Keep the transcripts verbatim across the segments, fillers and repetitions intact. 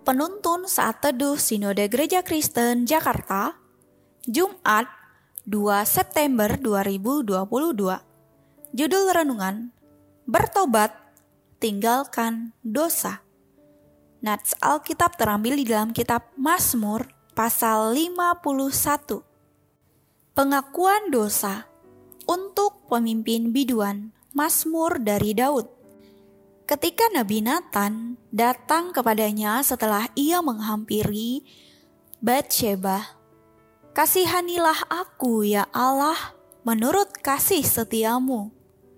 Penuntun Saat Teduh Sinode Gereja Kristen Jakarta, Jumat dua September dua ribu dua puluh dua. Judul renungan, Bertobat, Tinggalkan Dosa. Nats Alkitab terambil di dalam kitab Mazmur pasal lima puluh satu. Pengakuan dosa untuk pemimpin biduan, Mazmur dari Daud. Ketika Nabi Nathan datang kepadanya setelah ia menghampiri Batsheba, "Kasihanilah aku, ya Allah, menurut kasih setiamu.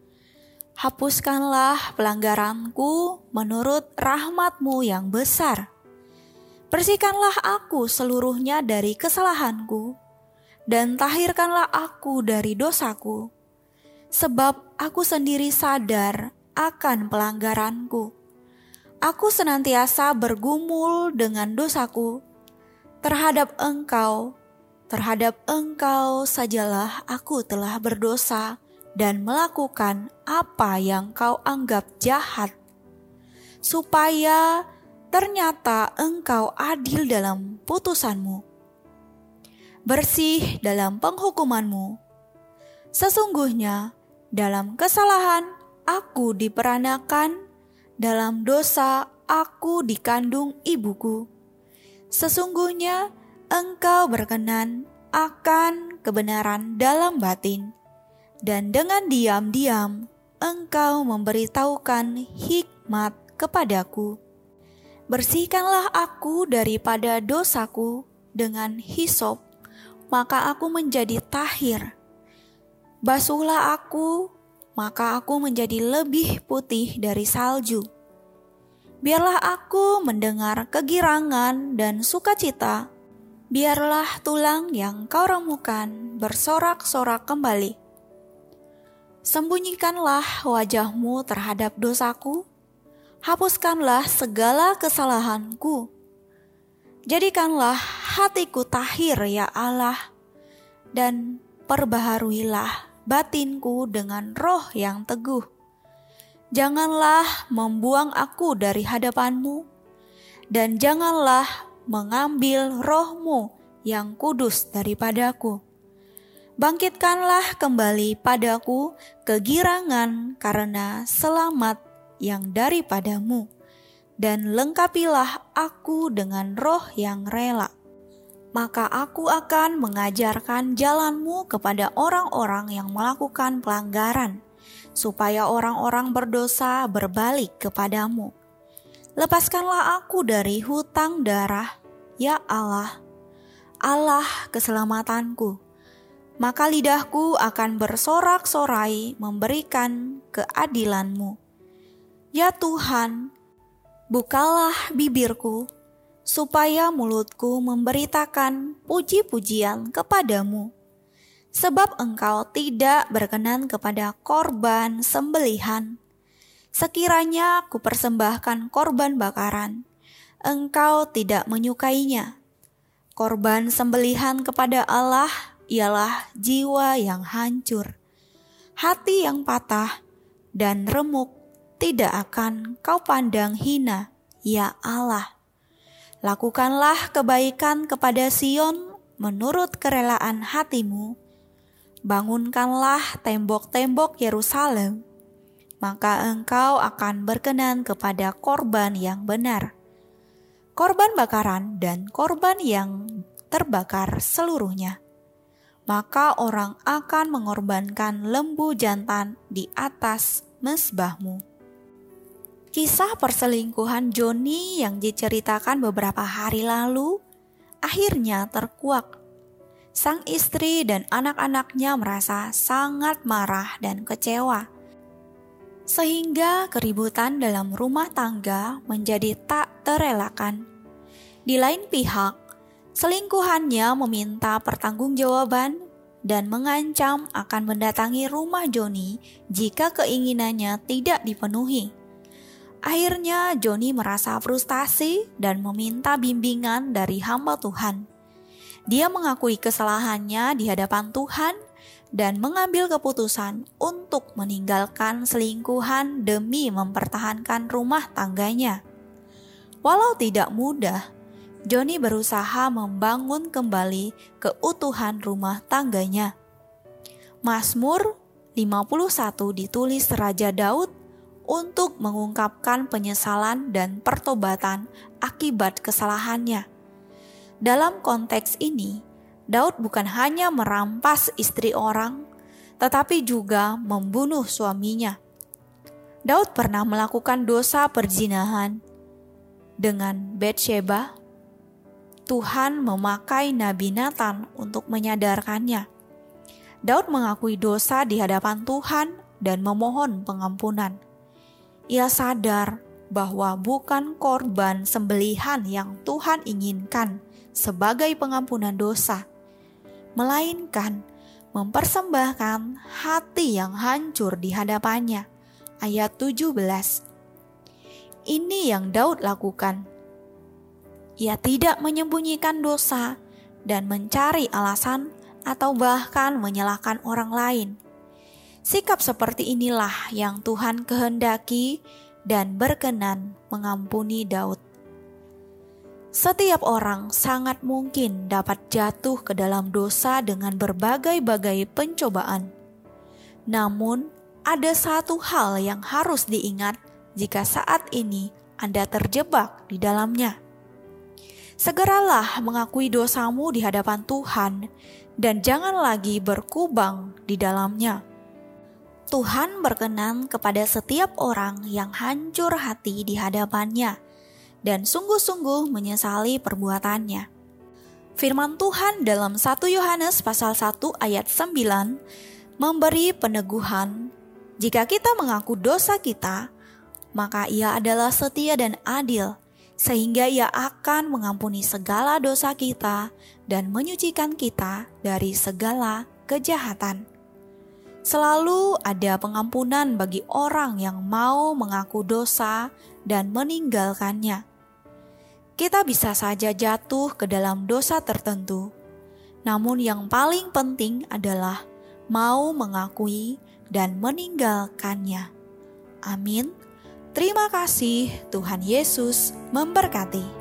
Hapuskanlah pelanggaranku menurut rahmatmu yang besar. Bersihkanlah aku seluruhnya dari kesalahanku, dan tahirkanlah aku dari dosaku. Sebab aku sendiri sadar akan pelanggaranku. Aku senantiasa bergumul dengan dosaku. Terhadap Engkau, terhadap Engkau sajalah aku telah berdosa dan melakukan apa yang Kau anggap jahat, supaya ternyata Engkau adil dalam putusanmu, bersih dalam penghukumanmu. Sesungguhnya dalam kesalahan aku diperanakan, dalam dosa aku dikandung ibuku. Sesungguhnya Engkau berkenan akan kebenaran dalam batin, dan dengan diam-diam Engkau memberitahukan hikmat kepadaku. Bersihkanlah aku daripada dosaku dengan hisop, maka aku menjadi tahir. Basuhlah aku, maka aku menjadi lebih putih dari salju. Biarlah aku mendengar kegirangan dan sukacita. Biarlah tulang yang Kau remukan bersorak-sorak kembali. Sembunyikanlah wajahmu terhadap dosaku. Hapuskanlah segala kesalahanku. Jadikanlah hatiku tahir, ya Allah, dan perbaharuilah batinku dengan roh yang teguh. Janganlah membuang aku dari hadapan-Mu, dan janganlah mengambil roh-Mu yang kudus daripadaku. Bangkitkanlah kembali padaku kegirangan karena selamat yang daripada-Mu, dan lengkapilah aku dengan roh yang rela. Maka aku akan mengajarkan jalan-Mu kepada orang-orang yang melakukan pelanggaran, supaya orang-orang berdosa berbalik kepadamu. Lepaskanlah aku dari hutang darah, ya Allah, Allah keselamatanku. Maka lidahku akan bersorak-sorai memberikan keadilan-Mu. Ya Tuhan, bukalah bibirku, supaya mulutku memberitakan puji-pujian kepadamu. Sebab Engkau tidak berkenan kepada korban sembelihan. Sekiranya ku persembahkan korban bakaran, Engkau tidak menyukainya. Korban sembelihan kepada Allah ialah jiwa yang hancur, hati yang patah dan remuk tidak akan Kau pandang hina, ya Allah. Lakukanlah kebaikan kepada Sion menurut kerelaan hati-Mu. Bangunkanlah tembok-tembok Yerusalem, maka Engkau akan berkenan kepada korban yang benar, korban bakaran dan korban yang terbakar seluruhnya. Maka orang akan mengorbankan lembu jantan di atas mezbah-Mu. Kisah perselingkuhan Joni yang diceritakan beberapa hari lalu akhirnya terkuak. Sang istri dan anak-anaknya merasa sangat marah dan kecewa, sehingga keributan dalam rumah tangga menjadi tak terelakkan. Di lain pihak, selingkuhannya meminta pertanggungjawaban dan mengancam akan mendatangi rumah Joni jika keinginannya tidak dipenuhi. Akhirnya Joni merasa frustasi dan meminta bimbingan dari hamba Tuhan. Dia mengakui kesalahannya di hadapan Tuhan dan mengambil keputusan untuk meninggalkan selingkuhan demi mempertahankan rumah tangganya. Walau tidak mudah, Joni berusaha membangun kembali keutuhan rumah tangganya. Mazmur lima puluh satu ditulis Raja Daud untuk mengungkapkan penyesalan dan pertobatan akibat kesalahannya. Dalam konteks ini, Daud bukan hanya merampas istri orang, tetapi juga membunuh suaminya. Daud pernah melakukan dosa perzinahan dengan Batsheba. Tuhan memakai Nabi Nathan untuk menyadarkannya. Daud mengakui dosa di hadapan Tuhan dan memohon pengampunan. Ia sadar bahwa bukan korban sembelihan yang Tuhan inginkan sebagai pengampunan dosa, melainkan mempersembahkan hati yang hancur di hadapannya. Ayat tujuh belas. Ini yang Daud lakukan. Ia tidak menyembunyikan dosa dan mencari alasan atau bahkan menyalahkan orang lain. Sikap seperti inilah yang Tuhan kehendaki dan berkenan mengampuni Daud. Setiap orang sangat mungkin dapat jatuh ke dalam dosa dengan berbagai-bagai pencobaan. Namun, ada satu hal yang harus diingat jika saat ini Anda terjebak di dalamnya. Segeralah mengakui dosamu di hadapan Tuhan dan jangan lagi berkubang di dalamnya. Tuhan berkenan kepada setiap orang yang hancur hati di hadapannya dan sungguh-sungguh menyesali perbuatannya. Firman Tuhan dalam satu Yohanes pasal satu ayat sembilan memberi peneguhan, jika kita mengaku dosa kita, maka Ia adalah setia dan adil, sehingga Ia akan mengampuni segala dosa kita dan menyucikan kita dari segala kejahatan. Selalu ada pengampunan bagi orang yang mau mengaku dosa dan meninggalkannya. Kita bisa saja jatuh ke dalam dosa tertentu, namun yang paling penting adalah mau mengakui dan meninggalkannya. Amin. Terima kasih, Tuhan Yesus memberkati.